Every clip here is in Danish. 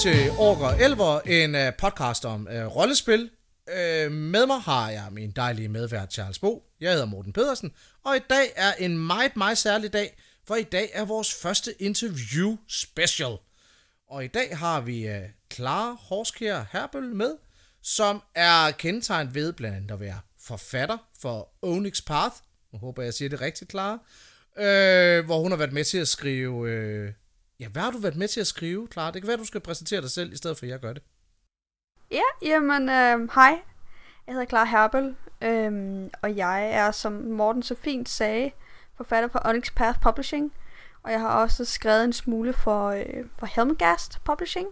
til Orker Elver, en podcast om rollespil. Med mig har jeg min dejlige medvært Charles Bo. Jeg hedder Morten Pedersen, og i dag er en meget særlig dag, for i dag er vores første interview special. Og i dag har vi Clara Horskjær Herbøll med, som er kendetegnet ved blandt andet at være forfatter for Onyx Path. Jeg håber, jeg siger det rigtigt, Clara. Hvor hun har været med til at skrive... hvad har du været med til at skrive, Clara? Det kan være, du skal præsentere dig selv, i stedet for at jeg gør det. Ja, jamen, hej. Jeg hedder Clara Herbøll, og jeg er, som Morten så fint sagde, forfatter på Onyx Path Publishing. Og jeg har også skrevet en smule for Helmgast Publishing.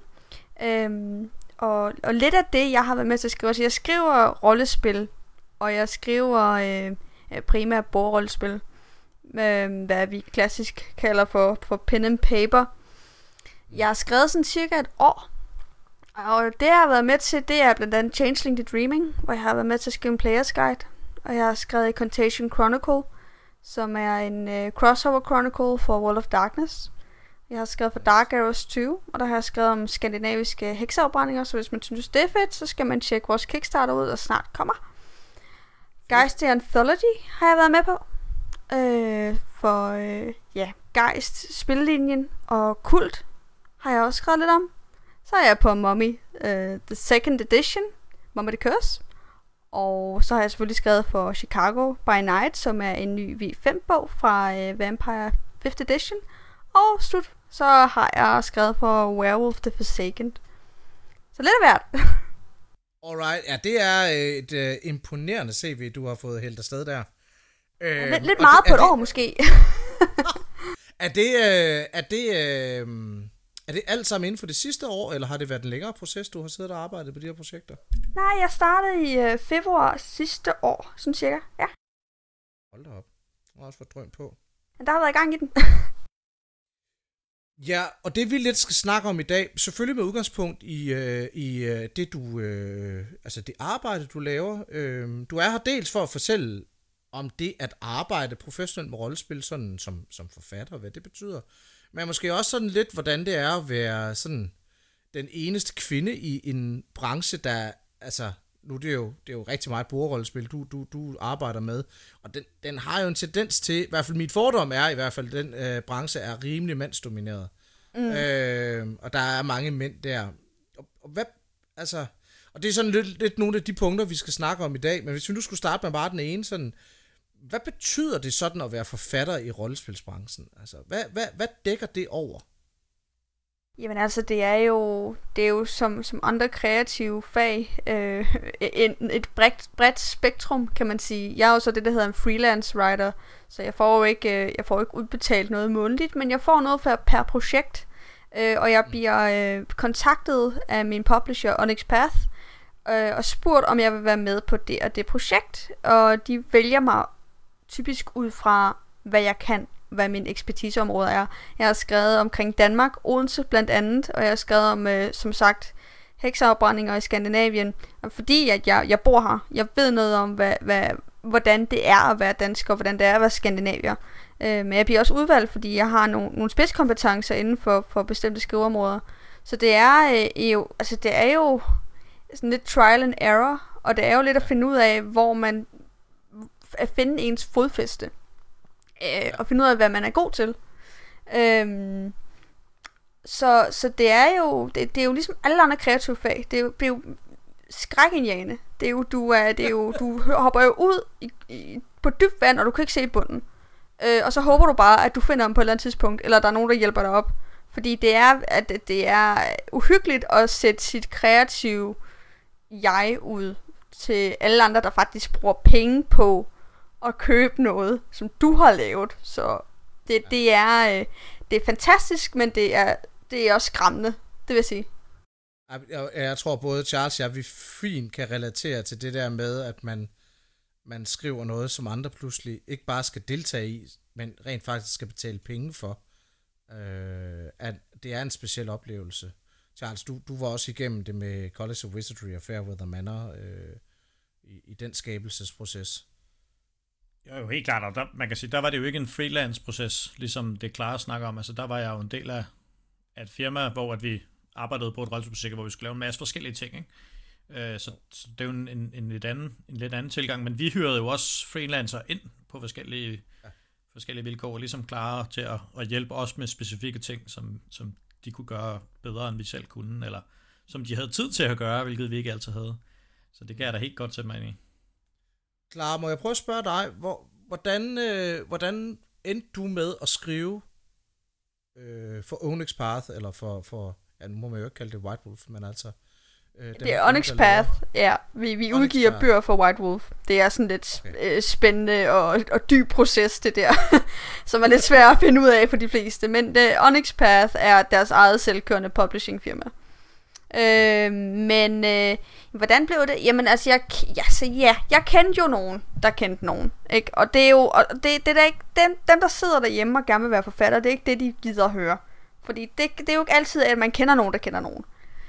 Og lidt af det, jeg har været med til at skrive, så jeg skriver rollespil, og jeg skriver primært bordrollespil. Hvad vi klassisk kalder for pen and paper. Jeg har skrevet sådan cirka et år, og det jeg har været med til, det er blandt andet Changeling the Dreaming, hvor jeg har været med til at skrive en players guide, og jeg har skrevet Contagion Chronicle, som er en crossover chronicle for World of Darkness. Jeg har skrevet for Dark Arrows 2, og der har jeg skrevet om skandinaviske hekseafbrændinger, så hvis man synes det er fedt, så skal man tjekke vores Kickstarter ud, og snart kommer. Geist the Anthology har jeg været med på. Geist, spillelinjen og kult har jeg også skrevet lidt om. Så er jeg på Mummy, the second edition, Mummy the Curse. Og så har jeg selvfølgelig skrevet for Chicago by Night, som er en ny V5-bog fra Vampire 5th edition. Og slut, så har jeg skrevet for Werewolf the Forsaken. Så lidt af hvert. Alright, ja, det er et imponerende CV, du har fået hældt afsted der. Lidt meget på et år måske. Er det alt sammen inden for det sidste år, eller har det været en længere proces, du har siddet og arbejdet på de her projekter? Nej, jeg startede i februar sidste år, sådan cirka, ja. Hold da op. Jeg har også fået drøm på. Men der har været i gang i den. Ja, og det vi lidt skal snakke om i dag, selvfølgelig med udgangspunkt i det du, det arbejde du laver. Du er her dels for at fortælle om det at arbejde professionelt med rollespil, sådan som forfatter, hvad det betyder. Men måske også sådan lidt, hvordan det er at være sådan den eneste kvinde i en branche, der, altså, nu det er jo rigtig meget bordrollespil, du arbejder med, og den har jo en tendens til, i hvert fald mit fordom er i hvert fald, den branche er rimelig mandsdomineret. Og der er mange mænd der. Og hvad, altså, og det er sådan lidt nogle af de punkter, vi skal snakke om i dag, men hvis vi nu skulle starte med bare den ene, sådan, hvad betyder det sådan at være forfatter i rollespilsbranchen? Altså, hvad dækker det over? Jamen altså, det er jo som andre kreative fag et bredt spektrum, kan man sige. Jeg er jo så det, der hedder en freelance writer, så jeg får jo ikke udbetalt noget månedligt, men jeg får noget per projekt, og jeg bliver kontaktet af min publisher Onyx Path, og spurgt, om jeg vil være med på det og det projekt, og de vælger mig typisk ud fra, hvad jeg kan, hvad min ekspertiseområde er. Jeg har skrevet omkring Danmark, Odense blandt andet, og jeg har skrevet om, som sagt, hekseafbrændinger i Skandinavien, og fordi at jeg bor her, jeg ved noget om, hvordan det er at være dansker, og hvordan det er at være skandinavier. Men jeg bliver også udvalgt, fordi jeg har nogle spidskompetencer inden for bestemte skriveområder. Så det er jo sådan lidt trial and error, og det er jo lidt at finde ud af, hvor man at finde ens fodfæste, og finde ud af, hvad man er god til. Så det er jo ligesom alle andre kreative fag. Det er jo skrækindjagende. Du hopper jo ud på dybt vand, og du kan ikke se bunden. Og så håber du bare, at du finder dem på et eller andet tidspunkt, eller der er nogen, der hjælper dig op. Fordi det er uhyggeligt at sætte sit kreative jeg ud til alle andre, der faktisk bruger penge på at købe noget, som du har lavet. Så det er fantastisk, men det er også skræmmende, det vil jeg sige. Jeg tror både Charles og jeg, vi fint kan relatere til det der med, at man skriver noget, som andre pludselig ikke bare skal deltage i, men rent faktisk skal betale penge for. At det er en speciel oplevelse. Charles, du var også igennem det med College of Wizardry og Fairweather Manor i den skabelsesproces. Jo, helt klart, og man kan sige, der var det jo ikke en freelance-proces, ligesom det Clara snakker om. Altså, der var jeg jo en del af et firma, hvor at vi arbejdede på et rollespilsprojekt, hvor vi skulle lave en masse forskellige ting, ikke? Så det er jo en lidt anden tilgang, men vi hyrede jo også freelancer ind på forskellige vilkår, ligesom klare til at hjælpe os med specifikke ting, som de kunne gøre bedre, end vi selv kunne, eller som de havde tid til at gøre, hvilket vi ikke altid havde. Så det kan jeg da helt godt sætte mig ind i. Clara, må jeg prøve at spørge dig, hvordan endte du med at skrive for Onyx Path, eller for nu må man jo ikke kalde det White Wolf, men altså... det er Onyx Path, ja. Vi udgiver bøger for White Wolf. Det er sådan lidt spændende og dyb proces, det der, som er lidt svært at finde ud af for de fleste. Men Onyx Path er deres eget selvkørende publishing firma. Hvordan blev det? Jamen altså, jeg kendte jo nogen, der kendte nogen, ikke? Og det er jo, det er da ikke dem, der sidder derhjemme og gerne vil være forfatter, det er ikke det, de gider at høre. Fordi det er jo ikke altid, at man kender nogen, der kender nogen.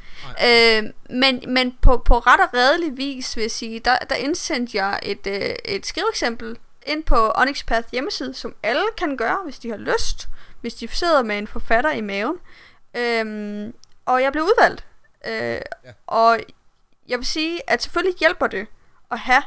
Men på ret og redelig vis, vil jeg sige, der indsendte jeg et skriveeksempel ind på Onyx Path hjemmeside, som alle kan gøre, hvis de har lyst, hvis de sidder med en forfatter i maven. Og jeg blev udvalgt. Og jeg vil sige, at selvfølgelig hjælper det at have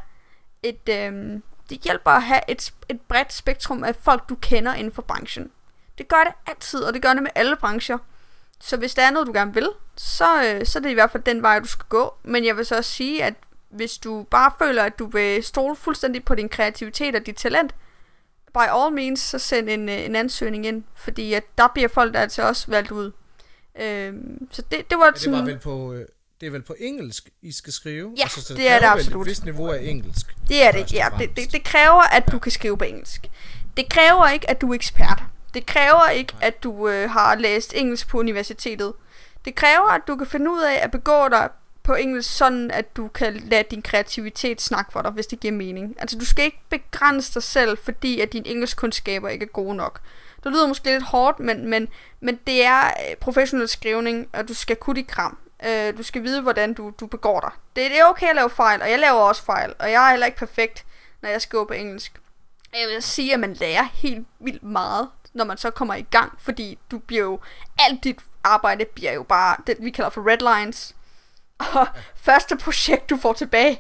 det hjælper at have et bredt spektrum af folk, du kender inden for branchen. Det gør det altid, og det gør det med alle brancher. Så hvis der er noget, du gerne vil, så er det i hvert fald den vej, du skal gå. Men jeg vil så også sige, at hvis du bare føler, at du vil stole fuldstændig på din kreativitet og dit talent, by all means, så send en ansøgning ind. Fordi at der bliver folk, der altså også valgt ud. Så det var sådan... Det var vel på... Det er vel på engelsk, I skal skrive? Ja, altså, så det er det absolut. Et vist niveau af engelsk. Det er det, ja. Det kræver, at du kan skrive på engelsk. Det kræver ikke, at du er ekspert. Det kræver ikke, at du har læst engelsk på universitetet. Det kræver, at du kan finde ud af at begå dig på engelsk, sådan at du kan lade din kreativitet snakke for dig, hvis det giver mening. Altså, du skal ikke begrænse dig selv, fordi at dine engelskkundskaber ikke er gode nok. Det lyder måske lidt hårdt, men det er professionel skrivning, og du skal kunne dit kram. Du skal vide, hvordan du begår dig. Det er okay at lave fejl, og jeg laver også fejl, og jeg er heller ikke perfekt, når jeg skriver på engelsk. Jeg vil sige, at man lærer helt vildt meget, når man så kommer i gang, fordi du bliver jo, alt dit arbejde bliver jo bare det, vi kalder for redlines. Og første projekt, du får tilbage,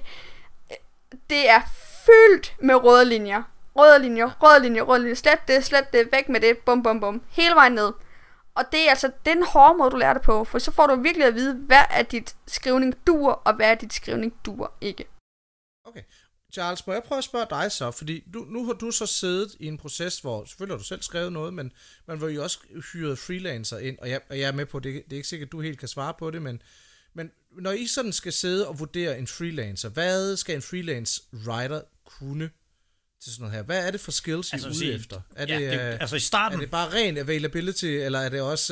det er fyldt med røde linjer. Røde linjer. Slet det, væk med det, bum, bum, bum. Hele vejen ned. Og det er altså den hårde måde, du lærer det på, for så får du virkelig at vide, hvad er dit skrivning duer, og hvad er dit skrivning duer ikke. Okay. Charles, må jeg prøve at spørge dig så, fordi nu har du så siddet i en proces, hvor selvfølgelig har du selv skrevet noget, men man vil jo også hyret freelancer ind, og jeg er med på, det er ikke sikkert, at du helt kan svare på det, men når I sådan skal sidde og vurdere en freelancer, hvad skal en freelance writer kunne til sådan noget her? Hvad er det for skills, I er ude efter? I starten... Er det bare ren availability, eller er det også...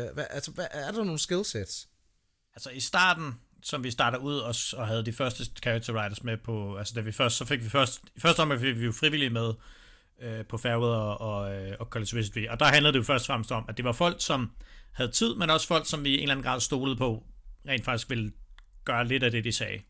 er der nogle skillsets? Altså i starten, som vi starter ud og havde de første character writers med på, altså da vi først, i første omgang fik vi jo frivillige med på Fairweather og College Wizardry, og der handlede det jo først og fremmest om, at det var folk, som havde tid, men også folk, som vi i en eller anden grad stolede på, rent faktisk ville gøre lidt af det, de sagde.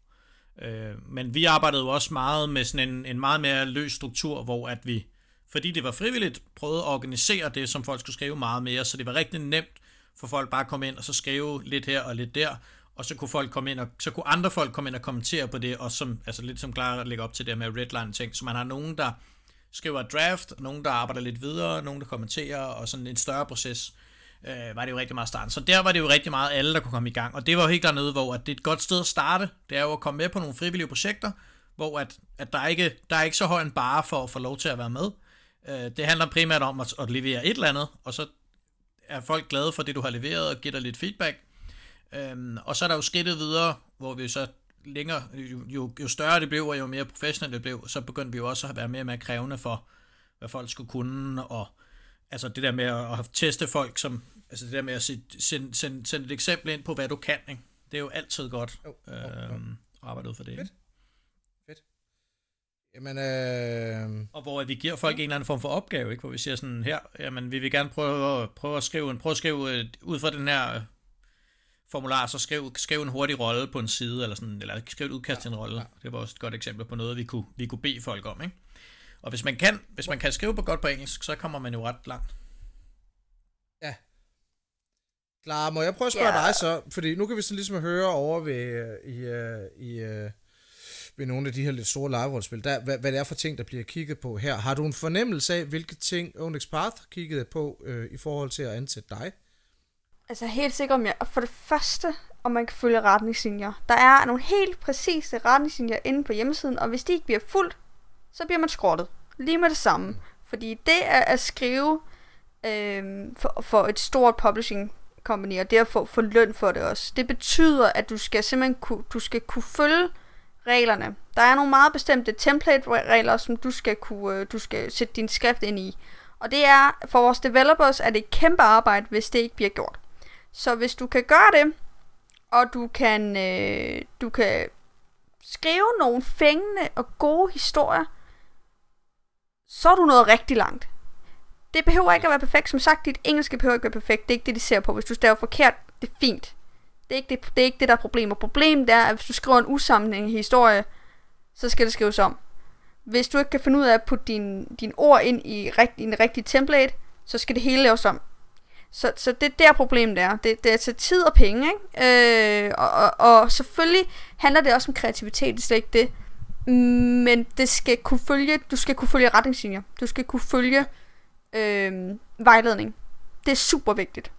Men vi arbejdede jo også meget med sådan en meget mere løs struktur, hvor at vi, fordi det var frivilligt, prøvede at organisere det, som folk skulle skrive meget mere, så det var rigtig nemt for folk bare at komme ind og så skrive lidt her og lidt der, og så kunne folk komme ind, og så kunne andre folk komme ind og kommentere på det, og som, altså lidt som Clara lægger op til det med redline ting, så man har nogen, der skriver draft, nogen, der arbejder lidt videre, nogen, der kommenterer, og sådan en større proces, var det jo rigtig meget starten. Så der var det jo rigtig meget alle, der kunne komme i gang, og det var jo helt dernede, hvor at det er et godt sted at starte, det er jo at komme med på nogle frivillige projekter, hvor at der er ikke så høj en barre for at få lov til at være med. Det handler primært om at levere et eller andet, og så er folk glade for det, du har leveret, og giver dig lidt feedback. Og så er der jo skridtet videre, hvor vi så længere, jo større det blev, og jo mere professionelt det blev, så begyndte vi jo også at være mere og mere krævende for, hvad folk skulle kunne, og altså det der med at teste folk, som, altså det der med at sende et eksempel ind på, hvad du kan, ikke? Det er jo altid godt at arbejde ud for det. Fedt. Jamen, og hvor vi giver folk en eller anden form for opgave, ikke? Hvor vi siger sådan her, jamen vi vil gerne prøve at skrive ud fra den her formular, så skriv en hurtig rolle på en side, eller skriv et udkast til en rolle. Det var også et godt eksempel på noget, vi kunne bede folk om, ikke? Og hvis man kan skrive godt på engelsk, så kommer man jo ret langt. Ja. Clara, må jeg prøve at spørge dig så? Fordi nu kan vi så ligesom høre over ved nogle af de her lidt store live-rollespil, hvad det er for ting, der bliver kigget på her. Har du en fornemmelse af, hvilke ting Onyx Path har kigget på i forhold til at ansætte dig? Altså helt sikkert om for det første, om man kan følge retningslinjer. Der er nogle helt præcise retningslinjer inde på hjemmesiden, og hvis de ikke bliver fuldt, så bliver man skrottet. Lige med det samme. Fordi det er at skrive for et stort publishing company, og det at få løn for det også. Det betyder, at du skal simpelthen kunne følge reglerne. Der er nogle meget bestemte template-regler, som du skal sætte din skrift ind i. Og det er, for vores developers, er det et kæmpe arbejde, hvis det ikke bliver gjort. Så hvis du kan gøre det, og du kan skrive nogle fængende og gode historier, så er du nået rigtig langt. Det behøver ikke at være perfekt. Som sagt, dit engelske behøver ikke at være perfekt. Det er ikke det, de ser på. Hvis du staver forkert, det er fint. Det er ikke det, der er problemet. Problemet er, at hvis du skriver en usammenhængende historie, så skal det skrives om. Hvis du ikke kan finde ud af at putte dine ord ind i en rigtig template, så skal det hele laves om. Så det er der problemet er. Det er altså tid og penge, ikke? Og selvfølgelig handler det også om kreativitet, det er slet ikke det. Men det skal du skal kunne følge retningslinjer. Du skal kunne følge vejledning. Det er super vigtigt.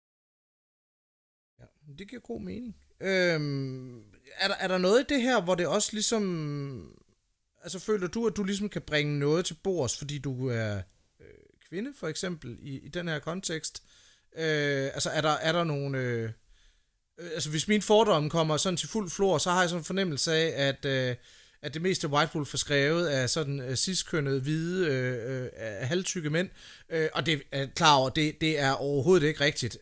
Ja, det giver god mening. Er der noget i det her, hvor det også ligesom... Altså føler du, at du ligesom kan bringe noget til bords, fordi du er kvinde, for eksempel, i den her kontekst? Altså er der nogle... altså hvis min fordomme kommer sådan til fuld flor, så har jeg sådan en fornemmelse af, at det meste White Wolf er skrevet af sådan cis-kønnede, hvide, halvtykke mænd. Og det er klar over, det er overhovedet ikke rigtigt.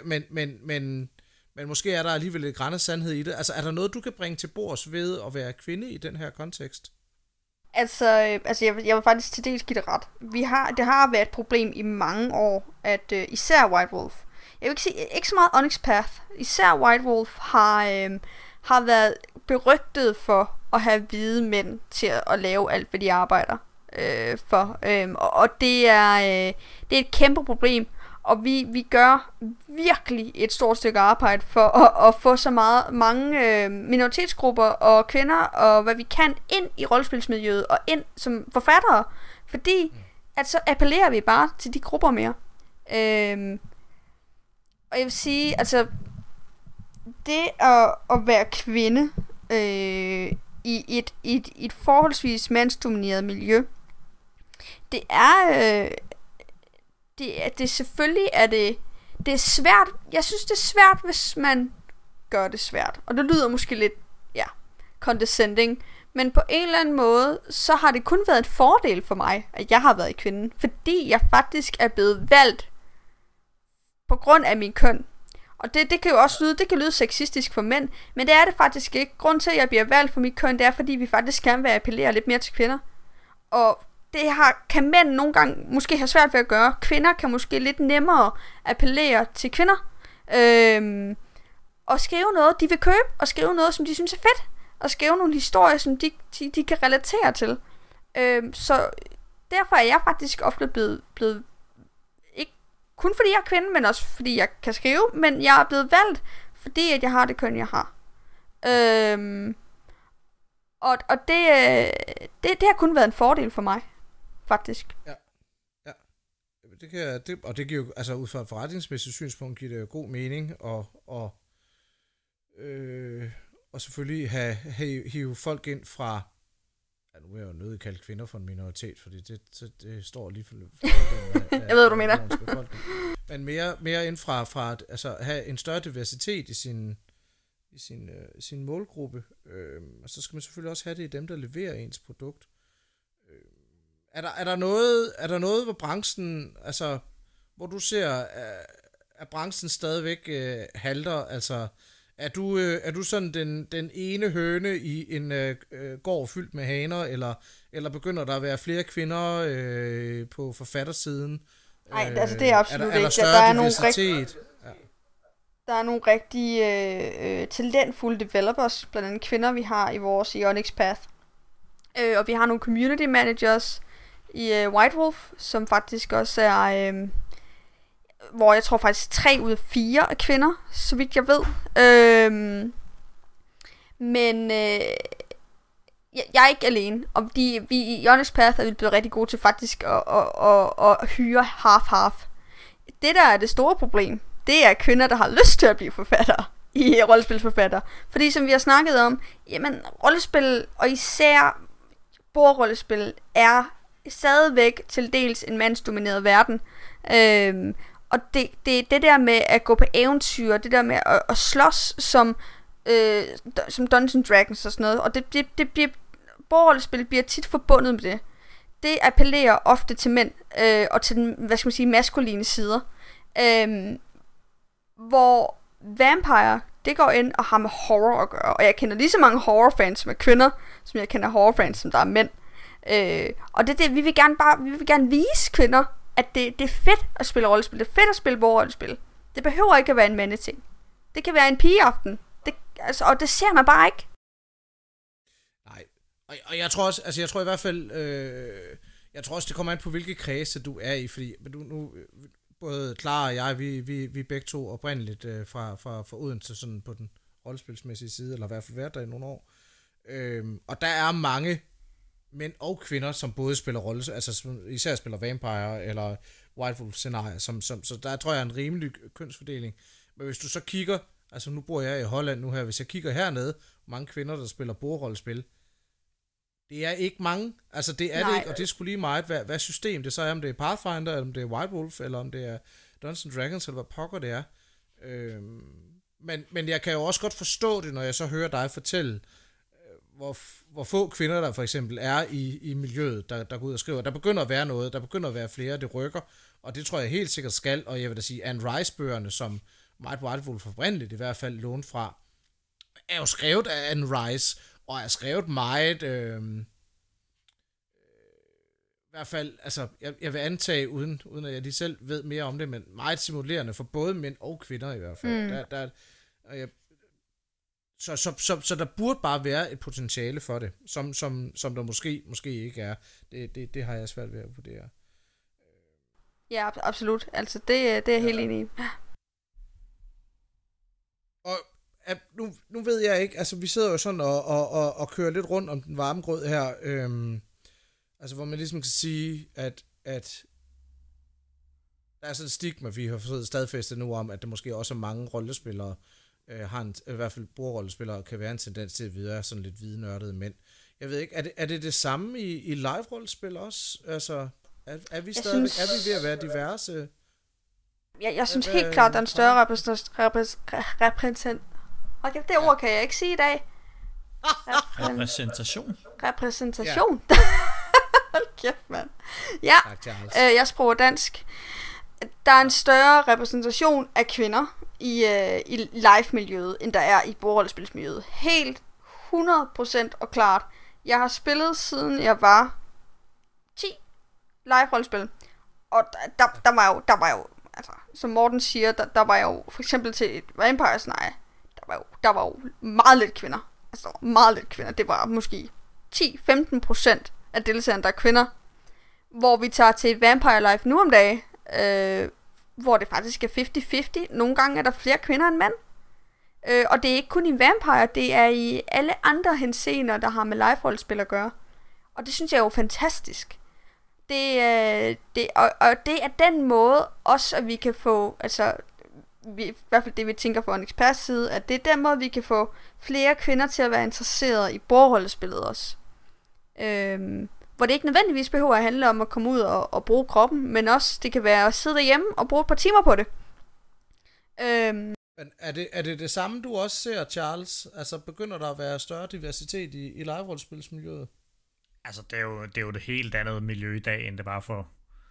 Men måske er der alligevel et græn af sandhed i det. Altså er der noget, du kan bringe til bords ved at være kvinde i den her kontekst? Altså jeg vil faktisk til dels give det ret. Det har været et problem i mange år, at især White Wolf, jeg vil ikke sige, ikke så meget Onyx Path, især White Wolf har været berygtet for at have hvide mænd til at lave alt, hvad de arbejder for. Og det er et kæmpe problem, og vi gør virkelig et stort stykke arbejde for at få så mange minoritetsgrupper og kvinder og hvad vi kan ind i rollespilsmiljøet og ind som forfattere, fordi at så appellerer vi bare til de grupper mere. Og jeg vil sige, altså det at være kvinde i et forholdsvis mandsdomineret miljø, det selvfølgelig er det er svært. Jeg synes det er svært, hvis man gør det svært. Og det lyder måske lidt condescending, men på en eller anden måde så har det kun været en fordel for mig, at jeg har været kvinde, fordi jeg faktisk er blevet valgt på grund af min køn. Og det kan jo også lyde sexistisk for mænd, men det er det faktisk ikke. Grunden til at jeg bliver valgt for mit køn, det er fordi vi faktisk gerne vil appellere lidt mere til kvinder. Og det kan mænd nogle gange måske have svært ved at gøre. Kvinder kan måske lidt nemmere appellere til kvinder. Og skrive noget, de vil købe, og skrive noget, som de synes er fedt. Og skrive nogle historier, som de kan relatere til. Så derfor er jeg faktisk ofte blevet ikke kun fordi jeg er kvinde, men også fordi jeg kan skrive. Men jeg er blevet valgt, fordi at jeg har det køn, jeg har. Og det har kun været en fordel for mig, faktisk. Ja. Det giver jo, altså ud fra et forretningsmæssigt synspunkt, giver det jo god mening og selvfølgelig hive folk ind fra, nu er jeg jo nødt til at kalde kvinder for en minoritet, fordi det står lige for jeg ved, hvad du mener. Men mere ind fra altså have en større diversitet i sin målgruppe, og så skal man selvfølgelig også have det i dem, der leverer ens produkt. Er der noget, hvor branchen, altså hvor du ser, at branchen stadigvæk halter, altså er du sådan den ene høne i en gård fyldt med haner, eller begynder der at være flere kvinder på forfattersiden? Nej, altså det er absolut ikke. Er der større diversitet? Der er nogle rigtig talentfulde developers, blandt andet kvinder, vi har i Onyx Path. Og vi har nogle community managers i White Wolf, som faktisk også er hvor jeg tror faktisk 3 ud af 4 er kvinder, så vidt jeg ved. Men jeg er ikke alene, og vi i Honest Path er vi blevet rigtig gode til faktisk at hyre half-half. Det der er det store problem, det er kvinder, der har lyst til at blive forfattere i rollespilsforfattere. Fordi som vi har snakket om, jamen rollespil, og især bordrollespil, er stadigvæk til dels en mandsdomineret verden. Og det der med at gå på eventyr, det der med at slås som Dungeons & Dragons og sådan noget, og det bliver, bordrollespil bliver tit forbundet med det. Det appellerer ofte til mænd, og til den, hvad skal man sige, maskuline sider. Hvor Vampire, det går ind og har med horror at gøre. Og jeg kender lige så mange horrorfans, som er kvinder, som jeg kender horrorfans, som der er mænd. Og det vi vil gerne vise kvinder, at det er fedt at spille rollespil. Det er fedt at spille bordrollespil. Det behøver ikke at være en mandeting. Det kan være en pigeaften. Og det ser man bare ikke. Nej. Og jeg tror også, jeg tror i hvert fald, jeg tror også, det kommer an på, hvilke kredse du er i, fordi nu både Clara og jeg, vi er begge to oprindeligt fra Odense, sådan på den rollespilsmæssige side, eller i hvert fald været der i nogle år. Og der er mange mænd og kvinder, som både spiller rollespil, altså især spiller Vampire eller White Wolf scenarier, så der tror jeg er en rimelig kønsfordeling. Men hvis du så kigger, altså nu bor jeg i Holland nu her, hvis jeg kigger hernede, mange kvinder, der spiller bordrollespil, det er ikke mange, altså det er det ikke, og det er sgu lige meget, hvad system det så er, om det er Pathfinder, eller om det er White Wolf, eller om det er Dungeons & Dragons, eller hvad pokker det er. Men jeg kan jo også godt forstå det, når jeg så hører dig fortælle, hvor få kvinder der for eksempel er i miljøet, der går ud og skriver. Der begynder at være noget, der begynder at være flere, det rykker, og det tror jeg helt sikkert skal, og jeg vil da sige, Anne Rice-bøgerne, som White Wolf oprindeligt i hvert fald lånt fra, er jo skrevet af Anne Rice, og er skrevet meget, i hvert fald, altså, jeg vil antage, uden at jeg lige selv ved mere om det, men meget simulerende for både mænd og kvinder i hvert fald. Så der burde bare være et potentiale for det, som der måske ikke er. Det har jeg svært ved at vurdere. Ja, absolut. Altså, det er jeg helt enig i. Og nu ved jeg ikke, altså vi sidder jo sådan og kører lidt rundt om den varme grød her, altså hvor man ligesom kan sige, at der er sådan et stigma, vi har fået stadfæstet nu om, at der måske også er mange rollespillere, i hvert fald bordrollespillere, kan være en tendens til at videre sådan lidt hvidnørdede mænd. Jeg ved ikke, er det samme i live-rollespil også? Altså, er vi ved at være diverse? Jeg synes helt klart, der er en større repræsentation. Okay, det ord kan jeg ikke sige i dag. Repræsentation. Repræsentation. Ja. Hold kæft, mand. Ja, jeg sproger dansk. Der er en større repræsentation af kvinder i live-miljøet, end der er i bordrollespilsmiljøet. Helt 100% og klart. Jeg har spillet siden jeg var 10 live-rollespil. Og der var jo, altså, som Morten siger, der var jo for eksempel til et Vampire scenarie, der var jo meget lidt kvinder. Altså meget lidt kvinder. Det var måske 10-15% af deltagerne, der er kvinder. Hvor vi tager til Vampire Live nu om dagen, hvor det faktisk er 50-50. Nogle gange er der flere kvinder end mænd. Og det er ikke kun i Vampire, det er i alle andre henseender, der har med live-rollespil at gøre. Og det synes jeg er jo fantastisk. Og det er den måde også, at vi kan få, altså i hvert fald det vi tænker på en ekspert side, at det er den måde, vi kan få flere kvinder til at være interesserede i bordrollespillet også. Hvor det ikke nødvendigvis behøver at handle om at komme ud og bruge kroppen, men også det kan være at sidde derhjemme og bruge et par timer på det. Men er det samme, du også ser, Charles? Altså begynder der at være større diversitet i live-rollespilsmiljøet? Altså det er jo det helt andet miljø i dag, end det var for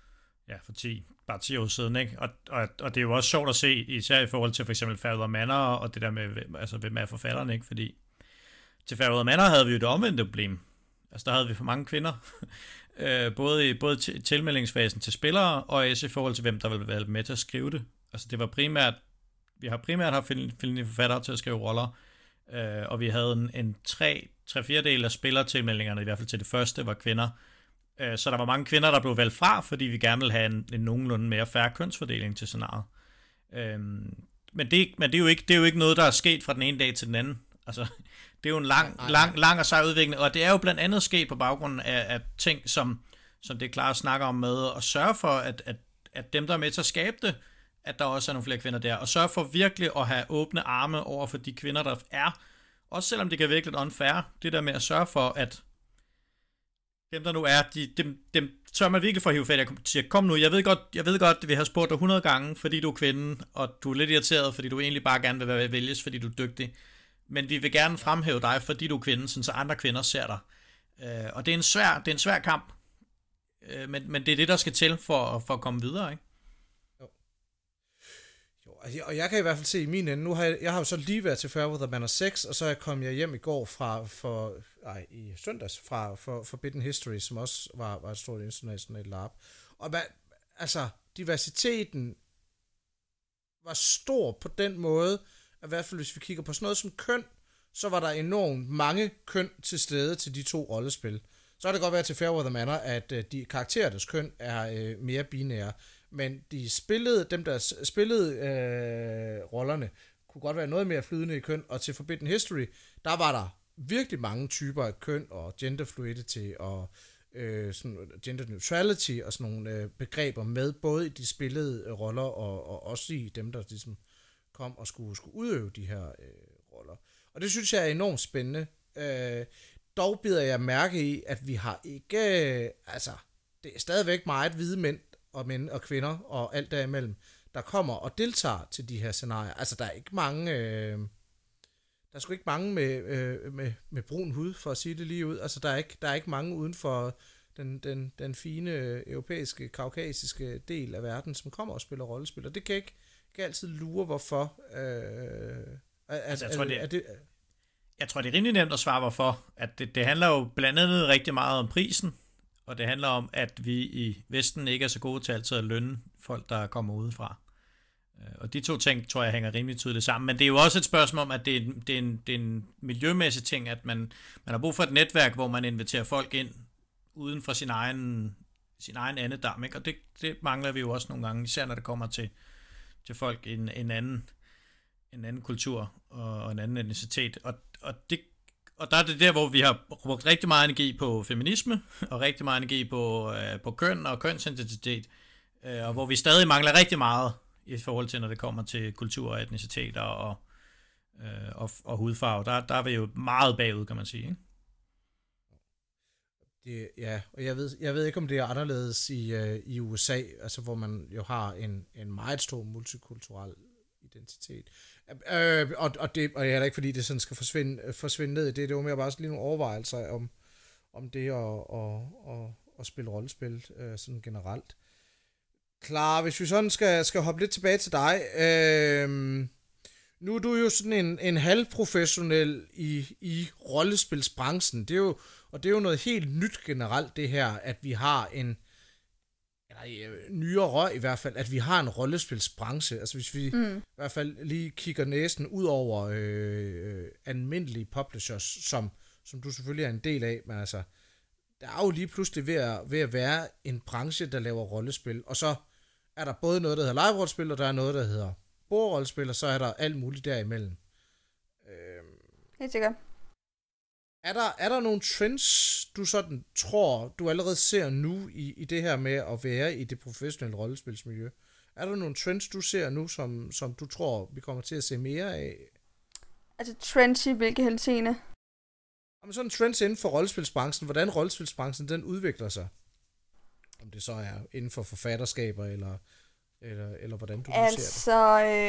10 år siden, ikke? Og det er jo også sjovt at se, især i forhold til for eksempel Fairweather Manor, og det der med, altså hvem er forfatteren, ikke? Fordi til Fairweather Manor havde vi jo det omvendte problem. Altså der havde vi for mange kvinder, både tilmeldingsfasen til spillere, og også i forhold til hvem der ville være med til at skrive det. Altså det var vi har primært haft kvindelige forfattere til at skrive roller, og vi havde en 3/4 af spillertilmeldingerne, i hvert fald til det første, var kvinder. Så der var mange kvinder, der blev valgt fra, fordi vi gerne ville have en nogenlunde mere fair kønsfordeling til scenariet. Men det er jo ikke noget, der er sket fra den ene dag til den anden. Altså, det er jo en lang og sej udvikling, og det er jo blandt andet sket på baggrund af ting, som det er klart at snakke om med, at sørge for, at dem, der er med til at skabe det, at der også er nogle flere kvinder der, og sørge for virkelig at have åbne arme over for de kvinder, der er, også selvom det kan virke lidt unfair, det der med at sørge for, at dem, der nu er, dem sørger man virkelig for at hive fat. Jeg siger, kom nu, jeg ved godt, at vi har spurgt dig 100 gange, fordi du er kvinde, og du er lidt irriteret, fordi du egentlig bare gerne vil vælges, fordi du er dygtig. Men vi vil gerne fremhæve dig, fordi du er kvinde, sådan så andre kvinder ser dig. Og det er en svær kamp, men det er det, der skal til for at komme videre, ikke? Og jeg kan i hvert fald se i min ende, jeg har jo så lige været til Fair Weather Manor 6, og så kom jeg hjem i går i søndags fra Forbidden History, som også var et stort internationalt LARP. Og altså, diversiteten var stor på den måde, at i hvert fald hvis vi kigger på sådan noget som køn, så var der enormt mange køn til stede til de 2 rollespil. Så har det godt været til Fair Weather Manor, at de karakterernes køn er mere binære. Men dem der spillede rollerne, kunne godt være noget mere flydende i køn, og til Forbidden History, der var der virkelig mange typer af køn, og gender fluidity, og sådan gender neutrality, og sådan nogle begreber med, både i de spillede roller, og også i dem, der ligesom kom og skulle udøve de her roller. Og det synes jeg er enormt spændende. Dog bider jeg mærke i, at vi har ikke, det er stadigvæk meget hvide mænd og kvinder og alt derimellem, der kommer og deltager til de her scenarier. Altså, der er ikke mange, der er sgu ikke mange med brun hud, for at sige det lige ud. Altså, der er ikke mange uden for den fine europæiske, kaukasiske del af verden, som kommer og spiller rollespil, og det kan ikke altid lure, hvorfor. Jeg tror, det er rimelig nemt at svare, hvorfor. At det handler jo blandt andet rigtig meget om prisen, og det handler om, at vi i Vesten ikke er så gode til altid at lønne folk, der kommer udefra. Og de 2 ting, tror jeg, hænger rimelig tydeligt sammen. Men det er jo også et spørgsmål om, at det er en miljømæssig ting, at man har brug for et netværk, hvor man inviterer folk ind uden for sin egen andedam. Ikke? Og det mangler vi jo også nogle gange, især når det kommer til folk i en anden kultur og en anden etnicitet. Og der er det der, hvor vi har brugt rigtig meget energi på feminisme, og rigtig meget energi på køn og kønsidentitet, og hvor vi stadig mangler rigtig meget i forhold til, når det kommer til kultur og etniciteter og hudfarve. Der er vi jo meget bagud, kan man sige, ikke? Ja, og jeg ved ikke, om det er anderledes i USA, altså hvor man jo har en meget stor multikulturel identitet. Og det er heller ikke, fordi det sådan skal forsvinde ned i det. Det var mere bare lige nogle overvejelser om det at spille rollespil sådan generelt. Klar, hvis vi sådan skal hoppe lidt tilbage til dig. Nu er du jo sådan en halvprofessionel i rollespilsbranchen. Det er jo noget helt nyt generelt, det her, at vi har nyere i hvert fald, at vi har en rollespilsbranche. Altså hvis vi i hvert fald lige kigger næsten ud over almindelige publishers, som du selvfølgelig er en del af, men altså, der er jo lige pludselig ved at være en branche, der laver rollespil, og så er der både noget, der hedder live-rollespil, og der er noget, der hedder bordrollespil, og så er der alt muligt derimellem. Helt sikkert. Er der nogle trends, du sådan tror, du allerede ser nu i det her med at være i det professionelle rollespilsmiljø? Er der nogle trends, du ser nu, som du tror, vi kommer til at se mere af? Altså trends i hvilke henseende? Jamen sådan trends inden for rollespilsbranchen, hvordan rollespilsbranchen den udvikler sig. Om det så er inden for forfatterskaber, eller hvordan du ser det. Altså,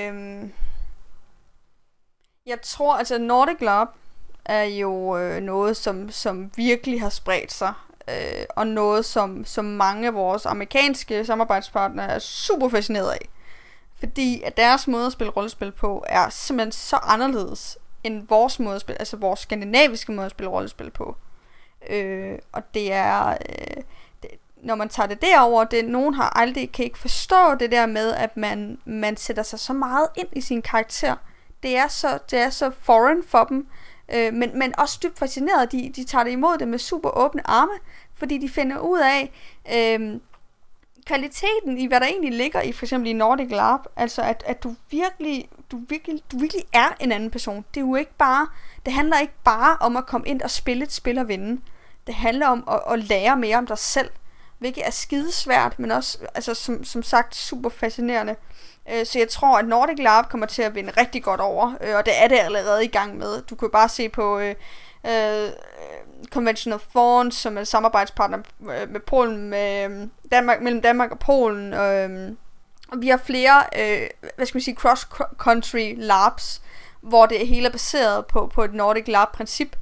jeg tror, altså Nordic LARP er jo noget, som virkelig har spredt sig, og noget, som mange af vores amerikanske samarbejdspartnere er super fascineret af. Fordi at deres måde at spille rollespil på er simpelthen så anderledes end vores måde at spille, altså vores skandinaviske måde at spille rollespil på. Og det er, når man tager det derover, nogen har aldrig kan ikke forstå det der med, at man sætter sig så meget ind i sin karakter. Det er så foreign for dem. men også dybt fascineret. De tager det imod det med super åbne arme, fordi de finder ud af kvaliteten i, hvad der egentlig ligger i, for eksempel i Nordic LARP, altså at du virkelig er en anden person. Det er jo ikke bare, det handler ikke bare om at komme ind og spille et spil og vinde. Det handler om at lære mere om dig selv, hvilket er skidesvært, men også, altså, som sagt, super fascinerende. Så jeg tror, at Nordic LARP kommer til at vinde rigtig godt over, og det er det allerede i gang med. Du kan jo bare se på Convention of Thorns, som er samarbejdspartner med Polen, mellem Danmark og Polen. Og vi har flere, cross-country LARPs, hvor det hele er baseret på et Nordic LARP-princip.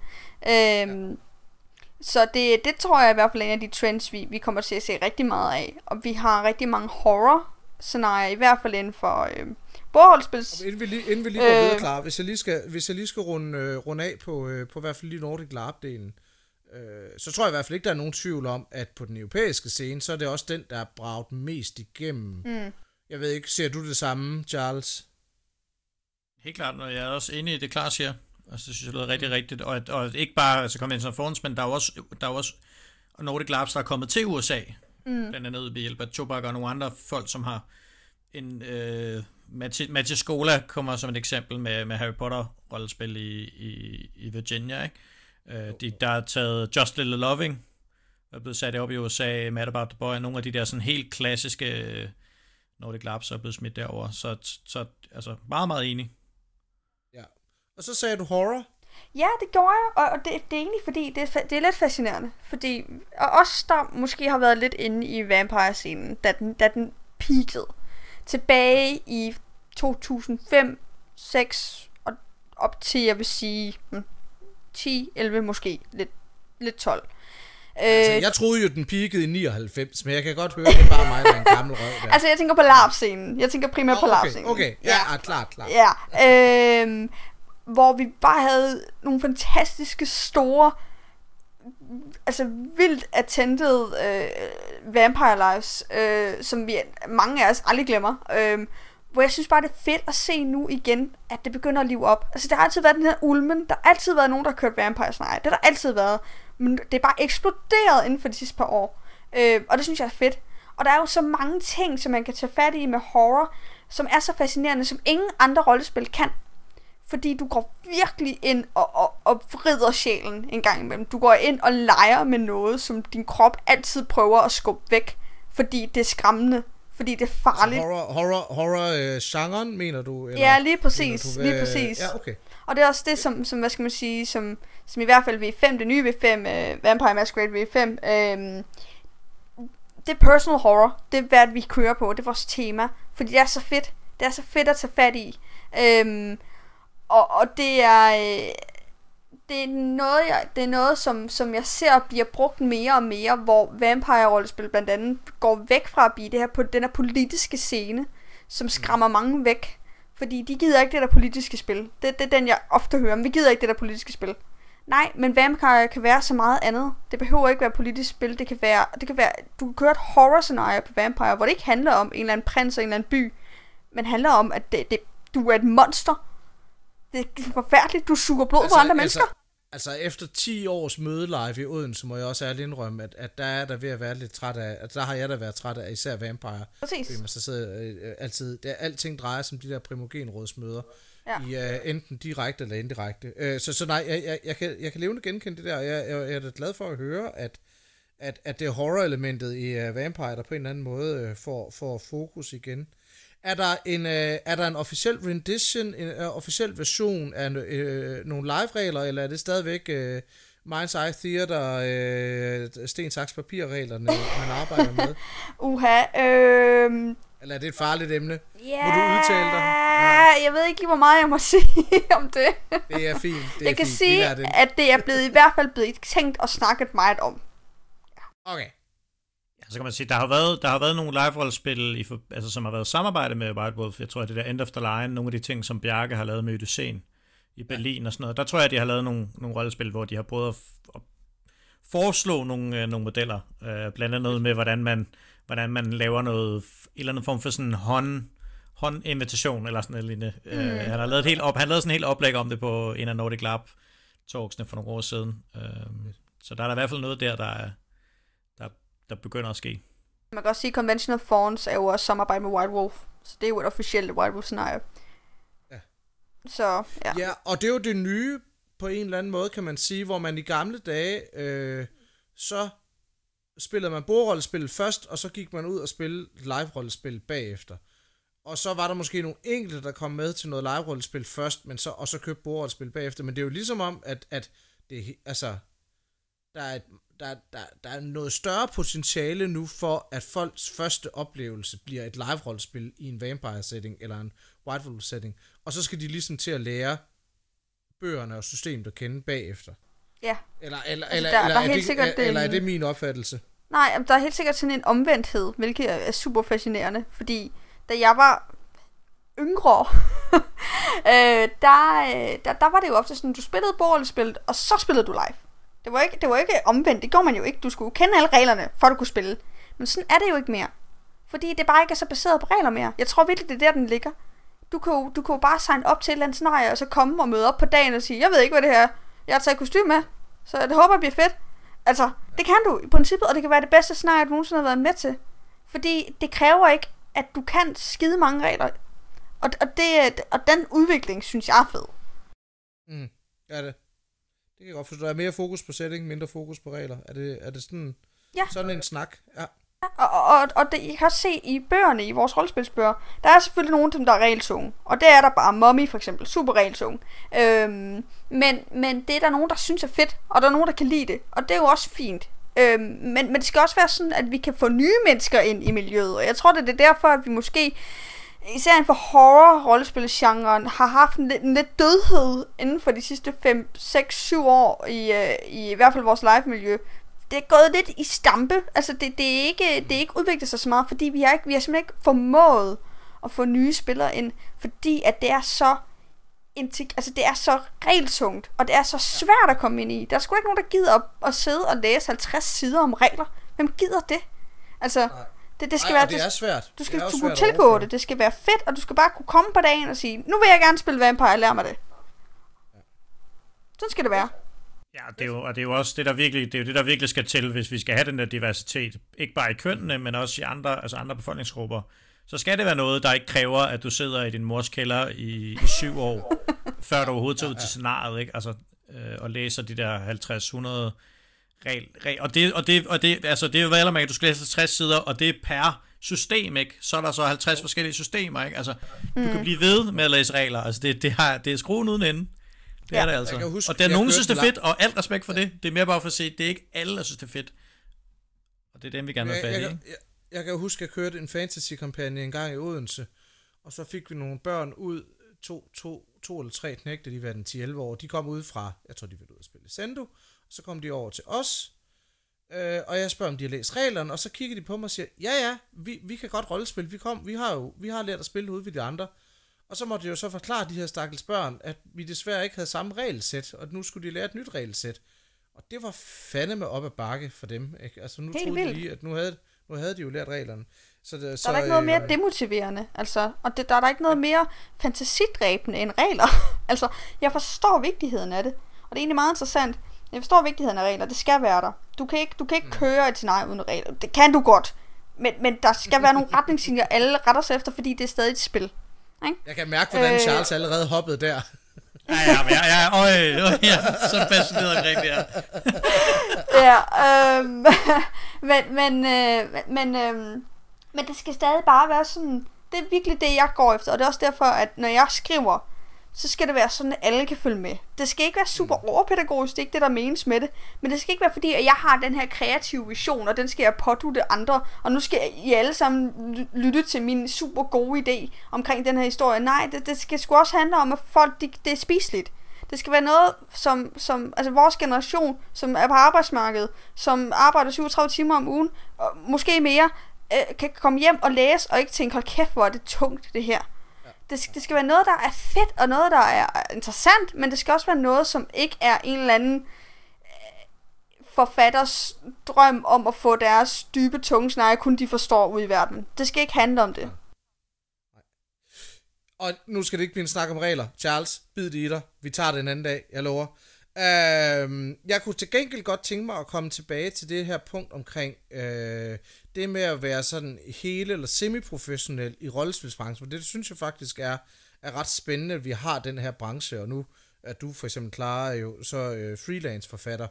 Så det tror jeg i hvert fald er en af de trends, vi kommer til at se rigtig meget af. Og vi har rigtig mange horror-scenarier, i hvert fald inden for bordholdspils. Inden vi lige går videre, klar. Hvis jeg lige skal runde af på i hvert fald lige Nordic LARP-delen, så tror jeg i hvert fald ikke, der er nogen tvivl om, at på den europæiske scene, så er det også den, der er braget mest igennem. Jeg ved ikke, ser du det samme, Charles? Helt klart, og jeg er også enig i det, Klar siger. Altså, det synes jeg lyder rigtig rigtigt. Og ikke bare altså Convention of Thorns, men der er jo også Nordic LARPs, der er kommet til USA. Blandt andet ved hjælp af Tobak og nogle andre folk, som har en Magic Schola kommer som et eksempel med Harry Potter-rollespil i Virginia, ikke? Der er taget Just Little Loving, der er blevet sat op i USA, Mad About the Boy, nogle af de der sådan helt klassiske Nordic LARPs er blevet smidt derover. Så altså meget, meget enig. Ja. Og så sagde du horror? Ja, det gjorde jeg, og det er egentlig fordi, det er lidt fascinerende, fordi og os, der måske har været lidt inde i vampire-scenen, da den peakede, tilbage i 2005, 6 og op til, jeg vil sige, 10, 11 måske, lidt 12. Altså, jeg troede jo, den peakede i 99, men jeg kan godt høre, det er bare mig, der er en gammel røv der. Altså, jeg tænker på LARP-scenen. Jeg tænker primært på LARP-scenen. Okay, ja, klart. Ja, hvor vi bare havde nogle fantastiske, store, altså vildt attended Vampire Lives, som mange af os aldrig glemmer. Hvor jeg synes bare, det er fedt at se nu igen, at det begynder at live op. Altså, der har altid været den her ulmen. Der har altid været nogen, der har kørt Vampire Snipe. Det har der altid været. Men det er bare eksploderet inden for de sidste par år. Og det synes jeg er fedt. Og der er jo så mange ting, som man kan tage fat i med horror, som er så fascinerende, som ingen andre rollespil kan. Fordi du går virkelig ind og vrider sjælen en gang imellem. Du går ind og leger med noget, som din krop altid prøver at skubbe væk. Fordi det er skræmmende. Fordi det er farligt. Horror-genren, mener du? Eller ja, lige præcis. Lige præcis. Ja, okay. Og det er også det, som hvad skal man sige, som i hvert fald V5, det nye V5, Vampire Masquerade V5, det er personal horror. Det er, hvad vi kører på. Det er vores tema. Fordi det er så fedt. Det er så fedt at tage fat i. Og det er noget, som jeg ser bliver brugt mere og mere, hvor vampire-rollespil blandt andet går væk fra at blive det her på den her politiske scene, som skræmmer mange væk. Fordi de gider ikke det der politiske spil. Det er den, jeg ofte hører. Men vi gider ikke det der politiske spil. Nej, men vampire kan være så meget andet. Det behøver ikke være politisk spil. Det kan være du kan køre et horror-scenarie på vampire, hvor det ikke handler om en eller anden prins og en eller anden by, men handler om, at du er et monster. Det er forfærdeligt, du suger blod på andre mennesker. Altså efter 10 års mødelive i Odense, må jeg også ærligt indrømme, at der er der ved at være lidt træt af, at der har jeg da været træt af især vampire. Præcis. Fordi man så sidder altid, alting drejer sig om de der primogenrådsmøder, i enten direkte eller indirekte. Så nej, jeg kan levende genkende det der, jeg er da glad for at høre, at det er horror-elementet i vampire, der på en eller anden måde får fokus igen. Er der en officiel rendition, en officiel version af nogle live-regler, eller er det stadigvæk Mind's Eye Theater, sten, saks, papir-reglerne, man arbejder med? Eller er det et farligt emne? Yeah, må du udtale dig? Ja. Jeg ved ikke, hvor meget jeg må sige om det. Det er fint. Jeg kan sige, at det er i hvert fald blevet tænkt og snakket meget om. Okay. Så kan man sige, der har været nogle live-rollespil, altså, som har været samarbejde med White Wolf. Jeg tror, at det der End of the Line, nogle af de ting, som Bjarke har lavet med Odysseen i Berlin og sådan noget. Der tror jeg, at de har lavet nogle rollespil, hvor de har prøvet at foreslå nogle modeller. Blandt andet noget med, hvordan man laver noget, en eller anden form for sådan håndinvitation eller sådan noget lignende. Han har lavet sådan et helt oplæg om det på en af Nordic LARP talksene for nogle år siden. Så der er der i hvert fald noget der begynder at ske. Man kan også sige, at Convention of Thorns er jo også samarbejde med White Wolf. Så det er jo et officielt White Wolf-scenario. Ja. Så, ja. Ja, og det er jo det nye på en eller anden måde, kan man sige, hvor man i gamle dage, så spillede man bordrollespil først, og så gik man ud og spillede live-rollespil bagefter. Og så var der måske nogle enkelte, der kom med til noget live-rollespil først, men og så købte bordrollespil bagefter. Men det er jo ligesom om, at det, altså, der er noget større potentiale nu for, at folks første oplevelse bliver et live-rollespil i en vampire-setting eller en White Wolf-setting. Og så skal de ligesom til at lære bøgerne og systemet at kende bagefter. Ja. Eller er det min opfattelse? Nej, der er helt sikkert sådan en omvendthed, hvilket er super fascinerende, fordi da jeg var yngre, der var det jo ofte sådan, du spillede bordrollespil, og så spillede du live. Det var ikke omvendt, det gjorde man jo ikke. Du skulle kende alle reglerne, for at du kunne spille. Men sådan er det jo ikke mere. Fordi det bare ikke er så baseret på regler mere. Jeg tror virkelig, det er der, den ligger. Du kan jo bare signe op til et eller andet scenarie, og så komme og møde op på dagen og sige, jeg ved ikke, hvad det her er. Jeg har taget kostume med, så det håber jeg bliver fedt. Altså, det kan du i princippet, og det kan være det bedste scenarie, du nogensinde har været med til. Fordi det kræver ikke, at du kan skide mange regler. Og den udvikling, synes jeg er fed. Ja, det kan jeg godt forstå. Der er mere fokus på setting, mindre fokus på regler. Er det sådan, sådan en snak? Ja. Og det, I kan også se i bøgerne, i vores rollespilsbøger, der er selvfølgelig nogle af dem, der er regeltunge. Og det er der bare. Mummy for eksempel, super regeltunge. Men det er der nogen, der synes er fedt, og der er nogen, der kan lide det. Og det er jo også fint. Men det skal også være sådan, at vi kan få nye mennesker ind i miljøet. Og jeg tror, det er derfor, at vi måske, især inden for horror-rollespilsgenren, har haft en lidt dødhed inden for de sidste 5, 6, 7 år i hvert fald vores live-miljø. Det er gået lidt i stampe. Altså, det er ikke udviklet sig så meget, fordi vi har simpelthen ikke formået at få nye spillere ind, fordi at det er så det er så regeltungt, og det er så svært at komme ind i. Der er sgu ikke nogen, der gider at sidde og læse 50 sider om regler. Hvem gider det? Altså, det skal være, det er svært. Du kunne tilgå det. Det skal være fedt, og du skal bare kunne komme på dagen og sige, nu vil jeg gerne spille Vampire, lær mig det. Sådan skal det være. Ja, det er jo også det, der virkelig skal til, hvis vi skal have den der diversitet. Ikke bare i kønnene, men også i andre befolkningsgrupper. Så skal det være noget, der ikke kræver, at du sidder i din mors kælder i 7 år, før du overhovedet tager ud til scenariet, ikke? Altså, og læser de der 50-100 regler. Og det altså, det er jo vel, at du skal læse 60 sider, og det er per system, ikke? Så er der så 50 forskellige systemer, ikke? Altså, du kan blive ved med at læse regler. Altså, det er skruen uden ende. Det er det altså. Og der er nogen, der synes, det er fedt, og alt respekt for det. Det er mere bare for at se, det er ikke alle, der synes, det er fedt. Og det er dem, vi gerne vil have fat i, ikke? Jeg kan huske, at jeg kørte en fantasy-kampagne en gang i Odense, og så fik vi nogle børn ud, to eller tre knægte, de var den 10-11 år, de kom ud fra, jeg tror, de ville ud og spille Sendo, og så kom de over til os, og jeg spørger, om de har læst reglerne, og så kigger de på mig og siger, ja, vi kan godt rollespil, vi har lært at spille ude ved de andre, og så måtte jeg jo så forklare de her stakkels børn, at vi desværre ikke havde samme regelsæt, og nu skulle de lære et nyt regelsæt, og det var fandeme op ad bakke for dem, ikke? Altså nu troede de lige, at nu havde de jo lært reglerne. Der er der ikke noget mere demotiverende, altså, og der er der ikke noget mere fantasidræbende end regler. Altså, jeg forstår vigtigheden af det, og det er egentlig meget interessant. Jeg forstår vigtigheden af regler, det skal være der. Du kan ikke køre et scenarie uden regler. Det kan du godt, men der skal være nogle retningslinjer, alle retter sig efter, fordi det er stadig et spil. Ikke? Jeg kan mærke, hvordan Charles allerede hoppede der. Ja, så passioneret omkring det her. Ja, men det skal stadig bare være sådan, det er virkelig det, jeg går efter, og det er også derfor, at når jeg skriver, så skal det være sådan, at alle kan følge med. Det skal ikke være super overpædagogisk, det er ikke det, der menes med det, men det skal ikke være fordi, at jeg har den her kreative vision, og den skal jeg pådutte andre, og nu skal I alle sammen lytte til min super gode idé omkring den her historie. Nej, det skal sgu også handle om, at folk, det er spiseligt. Det skal være noget, som altså vores generation, som er på arbejdsmarkedet, som arbejder 37 timer om ugen, og måske mere, kan komme hjem og læse, og ikke tænke, hold kæft, hvor er det tungt, det her. Det skal være noget, der er fedt, og noget, der er interessant, men det skal også være noget, som ikke er en eller anden forfatters drøm om at få deres dybe tunge snakke, kun de forstår ud i verden. Det skal ikke handle om det. Og nu skal det ikke blive en snak om regler. Charles, bid det i dig. Vi tager det en anden dag, jeg lover. Jeg kunne til gengæld godt tænke mig at komme tilbage til det her punkt omkring det med at være sådan hele eller semi-professionel i rollespilsbranchen, for det synes jeg faktisk er ret spændende, at vi har den her branche, og nu er du for eksempel Clara jo så freelance forfatter.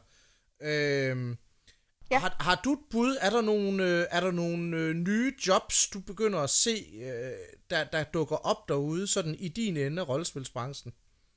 Ja. Har du et bud? Er der nogle nye jobs, du begynder at se, der dukker op derude, sådan i din ende af rollespilsbranchen?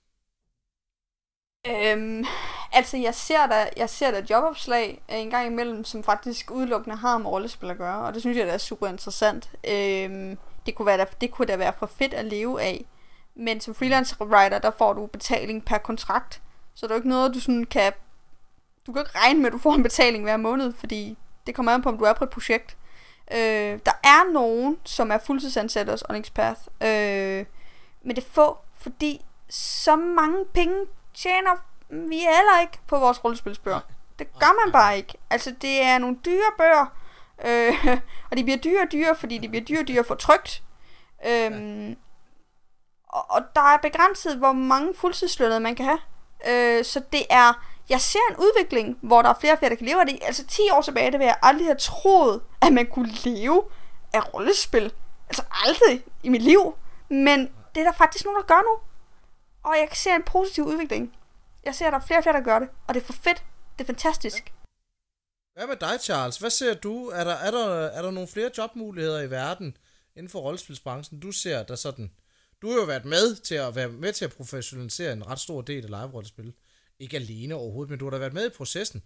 Altså, jeg ser der jobopslag en gang imellem, som faktisk udelukkende har med rollespil at gøre, og det synes jeg, der er super interessant. Det kunne da være for fedt at leve af, men som freelance writer, der får du betaling per kontrakt, så det er jo ikke noget, du sådan kan... Du kan ikke regne med, at du får en betaling hver måned, fordi det kommer an på, om du er på et projekt. Der er nogen, som er fuldtidsansatte hos Onyx Path, men det er få, fordi så mange penge tjener vi heller ikke på vores rollespilsbøger. Det gør man bare ikke. Altså, det er nogle dyre bøger, og de bliver dyre og dyre, fordi de bliver dyre og dyre for trygt. Og der er begrænset, hvor mange fuldtidslønnede man kan have. Så det er... Jeg ser en udvikling, hvor der er flere og flere, der kan leve af det. Altså 10 år tilbage, det vil jeg aldrig have troet, at man kunne leve af rollespil. Altså aldrig i mit liv. Men det er der faktisk nogen, der gør nu. Og jeg ser en positiv udvikling. Jeg ser, at der er flere og flere, der gør det. Og det er for fedt. Det er fantastisk. Hvad med dig, Charles? Hvad ser du? Er der nogle flere jobmuligheder i verden inden for rollespilsbranchen? Du ser der sådan... Du har jo været med til at professionalisere en ret stor del af live-rollespil. Ikke alene overhovedet, men du har da været med i processen.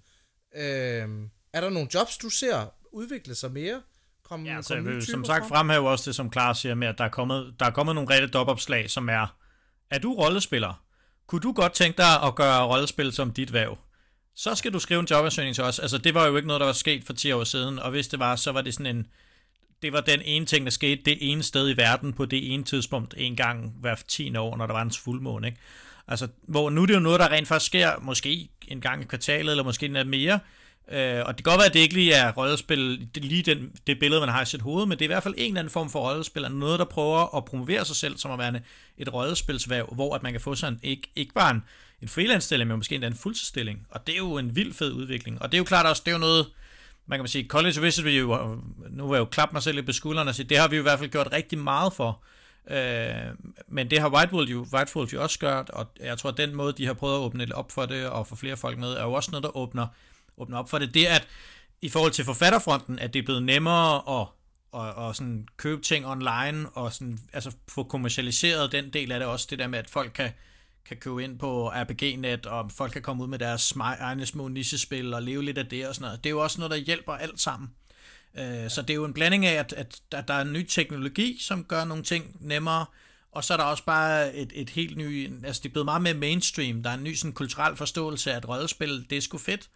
Er der nogle jobs, du ser udvikle sig mere? Jeg vil som sagt fremhæve også det, som Clara siger med, at der er kommet nogle rette jobopslag, som er du rollespiller? Kunne du godt tænke dig at gøre rollespil som dit værv? Så skal du skrive en jobansøgning til os. Altså, det var jo ikke noget, der var sket for 10 år siden, og hvis det var, så var det sådan det var den ene ting, der skete det ene sted i verden på det ene tidspunkt, en gang hver 10 år, når der var en fuldmåne, ikke? Altså, hvor nu er det jo noget, der rent faktisk sker, måske en gang i kvartalet, eller måske noget mere. Og det kan godt være, at det ikke lige er rollespil, det billede, man har i sit hoved, men det er i hvert fald en eller anden form for rollespil, eller noget, der prøver at promovere sig selv som at være et rollespilsvæv, hvor at man kan få sådan ikke bare en freelance-stilling, men måske endda en fuldtidsstilling. Og det er jo en vild fed udvikling. Og det er jo klart også, det er jo noget, man kan sige, College Wizardry jo, nu vil jeg jo klappe mig selv lidt på skulderen og sige, det har vi jo i hvert fald gjort rigtig meget for. Men det har White Wolf jo også gjort, og jeg tror, at den måde, de har prøvet at åbne op for det, og få flere folk med, er jo også noget, der åbner op for det. Det at, i forhold til forfatterfronten, at det er blevet nemmere at sådan købe ting online, og sådan, altså få kommercialiseret den del af det også, det der med, at folk kan købe ind på RPG-net, og folk kan komme ud med deres egne små nichespil, og leve lidt af det og sådan noget. Det er jo også noget, der hjælper alt sammen. Så det er jo en blanding af, at der er en ny teknologi, som gør nogle ting nemmere, og så er der også bare et helt ny, altså det er blevet meget mere mainstream, der er en ny sådan kulturel forståelse af, at rollespil, det er sgu fedt,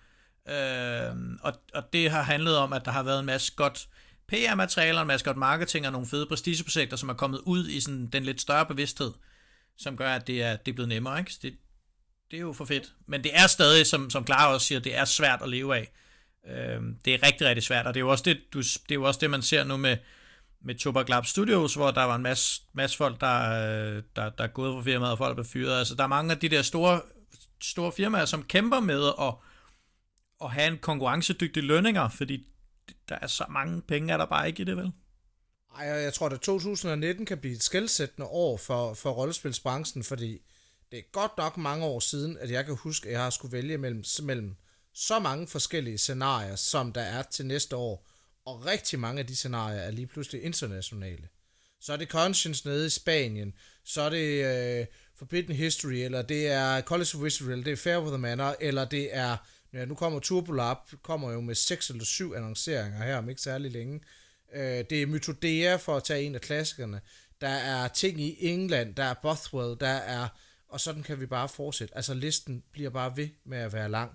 og det har handlet om, at der har været en masse godt PR-materialer, en masse godt marketing og nogle fede prestigeprojekter, som er kommet ud i sådan den lidt større bevidsthed, som gør, at det er blevet nemmere, ikke? Så det er jo for fedt, men det er stadig, som Clara også siger, det er svært at leve af. Det er rigtig, rigtig svært, og det er jo også det er jo også det, man ser nu med Tobak Lab Studios, hvor der var en masse folk, der er gået fra firmaet, og folk er fyret. Altså, der er mange af de der store firmaer, som kæmper med at have en konkurrencedygtig lønninger, fordi der er så mange penge, er der bare ikke i det, vel? Ej, jeg tror, at 2019 kan blive et skelsættende år for rollespilsbranchen, fordi det er godt nok mange år siden, at jeg kan huske, at jeg har skulle vælge mellem så mange forskellige scenarier, som der er til næste år, og rigtig mange af de scenarier er lige pludselig internationale. Så er det Conscience nede i Spanien, så er det Forbidden History, eller det er College of Wizardry, eller det er Fairweather Manor, eller det er, ja, nu kommer Turbolab, kommer jo med 6 eller 7 annonceringer her om ikke særlig længe. Det er Mythodea, for at tage en af klassikerne. Der er ting i England, der er Bothwell, der er, og sådan kan vi bare fortsætte. Altså listen bliver bare ved med at være lang.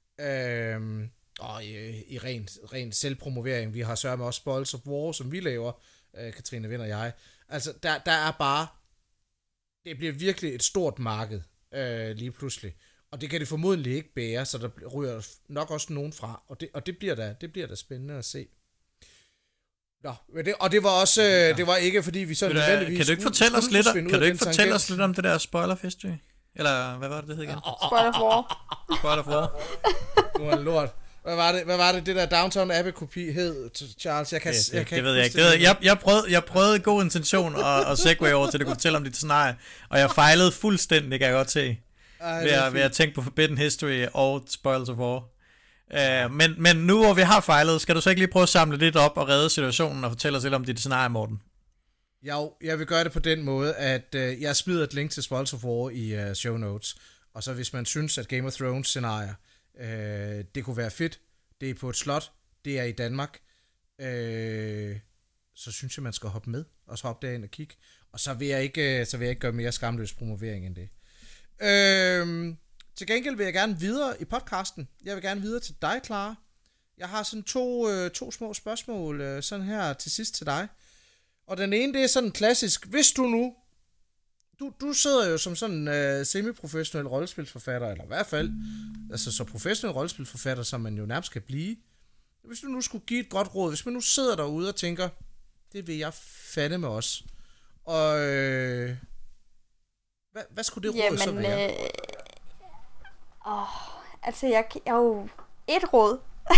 Og i ren selvpromovering, vi har sørget med også Spoils of War, som vi laver, Katrine Vind og jeg. Altså, der er bare, det bliver virkelig et stort marked lige pludselig. Og det kan det formodentlig ikke bære, så der ryger nok også nogen fra, og det bliver da spændende at se. Nå, og det var også, det var ikke fordi vi sådan nødvendigvis... Kan du ikke fortælle os lidt om det der Spoiler History? Eller hvad var det hed igen? Spoiler for War. Spoiler for War. Det var lort. Hvad var det der Downton Abbey-kopi hed, Charles? Jeg kan det ved jeg ikke. Jeg prøvede god intention og segue over til, at du kunne fortælle om dit scenarie, og jeg fejlede fuldstændig, kan jeg godt se, ved at tænke på Forbidden History og Spoilers of War. Men nu hvor vi har fejlet, skal du så ikke lige prøve at samle lidt op og redde situationen og fortælle os lidt om dit scenarie, Morten? Jo, jeg vil gøre det på den måde, at jeg smider et link til Spoilers of War i show notes, og så hvis man synes, at Game of Thrones scenarie, det kunne være fedt, det er på et slot, det er i Danmark, så synes jeg, man skal hoppe med, og så hoppe derind og kigge, og så vil jeg ikke gøre mere skamløs promovering end det. Til gengæld vil jeg gerne videre i podcasten. Jeg vil gerne videre til dig, Clara. Jeg har sådan to små spørgsmål sådan her til sidst til dig. Og den ene, det er sådan klassisk. Hvis du nu... Du sidder jo som sådan semi-professionel rollespilsforfatter, eller i hvert fald altså så professionel rollespilsforfatter, som man jo nærmest kan blive. Hvis du nu skulle give et godt råd, hvis man nu sidder derude og tænker, det vil jeg fandme med os. Og hvad skulle det råd så være? Altså jeg jo et råd.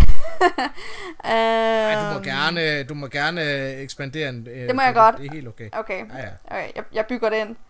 Du må gerne ekspandere en. Det må jeg godt. Det er helt okay. Okay. Ja. Okay, jeg bygger det ind.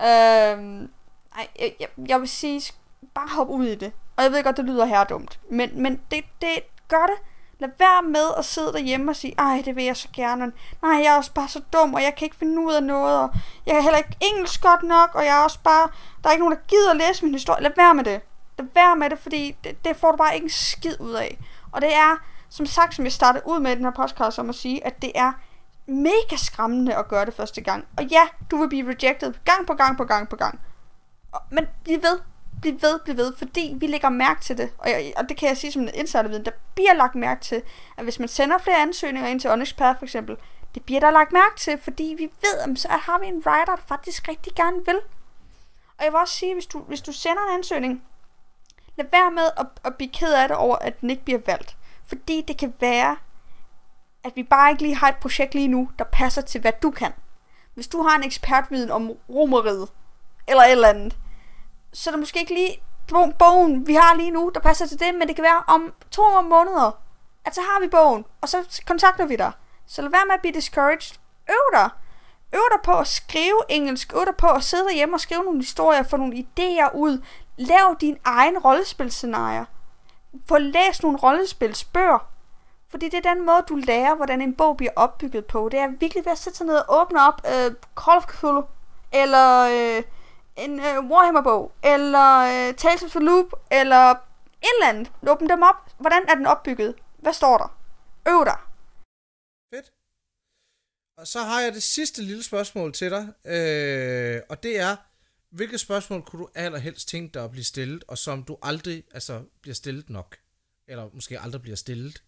Jeg vil sige, bare hop ud i det. Og jeg ved godt, det lyder herredumt. Men det gør det. Lad være med at sidde derhjemme og sige, ej, det vil jeg så gerne. Nej, jeg er også bare så dum, og jeg kan ikke finde ud af noget, og jeg kan heller ikke engelsk godt nok, og jeg er også bare, der er ikke nogen, der gider at læse min historie. Lad være med det. Lad være med det, fordi det får du bare ikke en skid ud af. Og det er, som sagt, som jeg startede ud med i den her podcast, om at sige, at det er mega skræmmende at gøre det første gang. Og ja, du vil blive rejected gang på gang. Men bliv ved, fordi vi lægger mærke til det. Og det kan jeg sige som en insiderviden, der bliver lagt mærke til, at hvis man sender flere ansøgninger ind til Onyx Path for eksempel, det bliver der lagt mærke til, fordi vi ved, så har vi en writer, der faktisk rigtig gerne vil. Og jeg vil også sige, hvis du sender en ansøgning, lad være med at blive ked af det over, at den ikke bliver valgt. Fordi det kan være, at vi bare ikke lige har et projekt lige nu, der passer til, hvad du kan. Hvis du har en ekspertviden om Romeriet, eller et eller andet, så er det måske ikke lige bogen, vi har lige nu, der passer til det, men det kan være om 2 måneder, at så har vi bogen, og så kontakter vi dig. Så lad være med at blive discouraged. Øv dig på at skrive engelsk, øv dig på at sidde derhjemme og skrive nogle historier, få nogle idéer ud, lav din egen rollespilscenarier, få læst nogle rollespilsbøger, fordi det er den måde, du lærer, hvordan en bog bliver opbygget på. Det er virkelig ved at sætte sig ned og åbne op Call of Cthulhu, eller en Warhammer-bog, eller Tales of the Loop, eller et eller andet. Åbne dem op. Hvordan er den opbygget? Hvad står der? Øv dig. Fedt. Og så har jeg det sidste lille spørgsmål til dig, og det er, hvilket spørgsmål kunne du allerhelst tænke dig at blive stillet, og som du aldrig bliver stillet nok? Eller måske aldrig bliver stillet?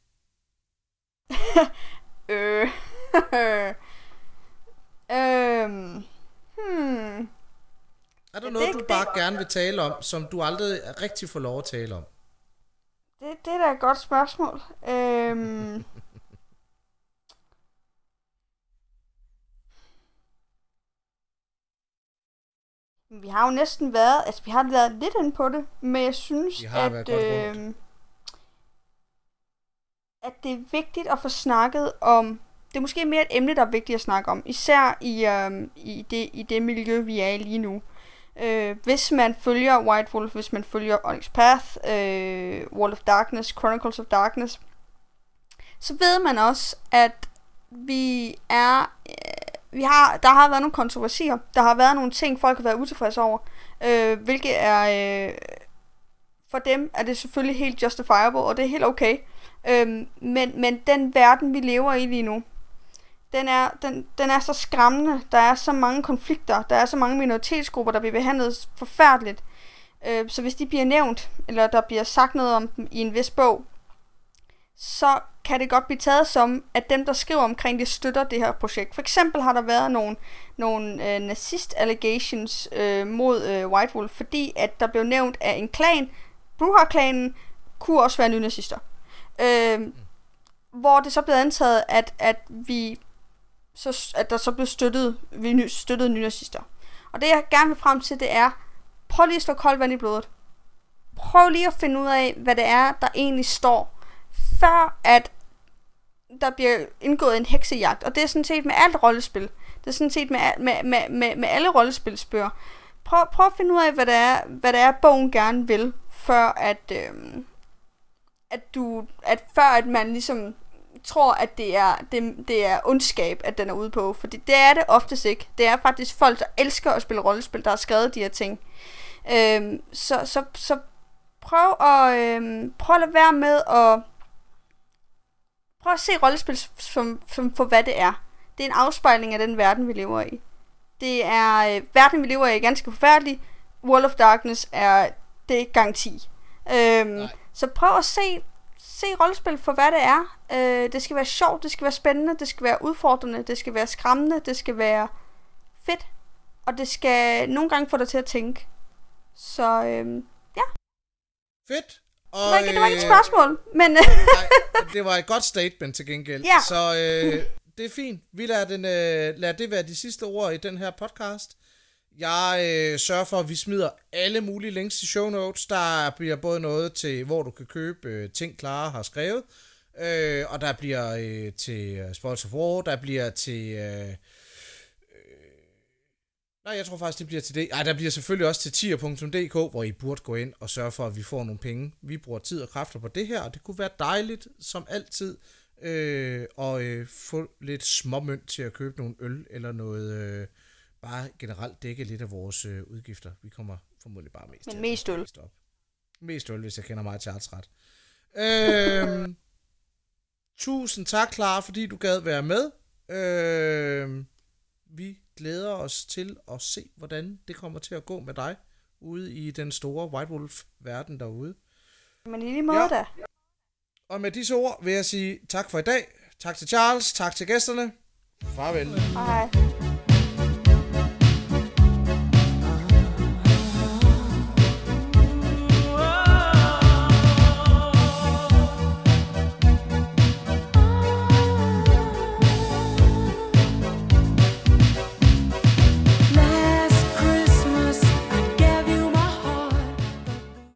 Er der noget, du bare gerne vil tale om, som du aldrig rigtig får lov at tale om? Det er da et godt spørgsmål. Vi har jo næsten været, vi har været lidt inde på det, men jeg synes, at det er vigtigt at få snakket om, det er måske mere et emne, der er vigtigt at snakke om, især i det miljø, vi er i lige nu. Hvis man følger White Wolf, hvis man følger Onyx Path, World of Darkness, Chronicles of Darkness, så ved man også, at der har været nogle kontroversier, der har været nogle ting, folk har været utilfredse over, hvilket er, for dem er det selvfølgelig helt justifiable, og det er helt okay, men den verden, vi lever i lige nu, den er så skræmmende, der er så mange konflikter, der er så mange minoritetsgrupper, der bliver behandlet forfærdeligt, så hvis de bliver nævnt, eller der bliver sagt noget om dem i en vis bog, så kan det godt blive taget som, at dem, der skriver omkring det, støtter det her projekt. For eksempel har der været nogle nazist-allegations mod White Wolf, fordi at der blev nævnt af en klan, Bruhar-klanen, kunne også være nynazister. Hvor det så blev antaget, at der så blev støttet nynazister. Og det jeg gerne vil frem til, det er, prøv lige at slå koldt vand i blodet. Prøv lige at finde ud af, hvad det er, der egentlig står, før at der bliver indgået en heksejagt. Og det er sådan set med alt rollespil. Det er sådan set med alle rollespilsbøger. Prøv at finde ud af, hvad det er bogen gerne vil, før at man ligesom tror, at det er ondskab, at den er ude på. For det er det oftest ikke. Det er faktisk folk, der elsker at spille rollespil, der har skrevet de her ting. Så prøv at lade være med at prøv at se rollespil som for hvad det er. Det er en afspejling af den verden, vi lever i. Det er verden, vi lever i, er ganske forfærdelig. World of Darkness det er garanti. Så prøv at se rollespil for hvad det er. Det skal være sjovt, det skal være spændende, det skal være udfordrende, det skal være skræmmende, det skal være fedt, og det skal nogle gange få dig til at tænke. Så ja. Fedt. Og, det var ikke et spørgsmål, men nej, det var et godt statement til gengæld. Ja. Så det er fint. Vi lader det være de sidste ord i den her podcast. Jeg sørger for, at vi smider alle mulige links i show notes. Der bliver både noget til, hvor du kan købe ting, Clara har skrevet. Og der bliver til Spoils of War. Der bliver til... nej, jeg tror faktisk, det bliver til det. Der bliver selvfølgelig også til tier.dk, hvor I burde gå ind og sørge for, at vi får nogle penge. Vi bruger tid og kræfter på det her, og det kunne være dejligt, som altid, at få lidt småmønt til at købe nogle øl, eller noget, bare generelt dække lidt af vores udgifter. Vi kommer formodentlig bare mest. Men mest øl. Mest øl, hvis jeg kender mig til ret. Tusind tak, Clara, fordi du gad være med. Vi glæder os til at se, hvordan det kommer til at gå med dig ude i den store White Wolf-verden derude. Men i lige måde da. Og med disse ord vil jeg sige tak for i dag. Tak til Charles, tak til gæsterne. Farvel. Hej.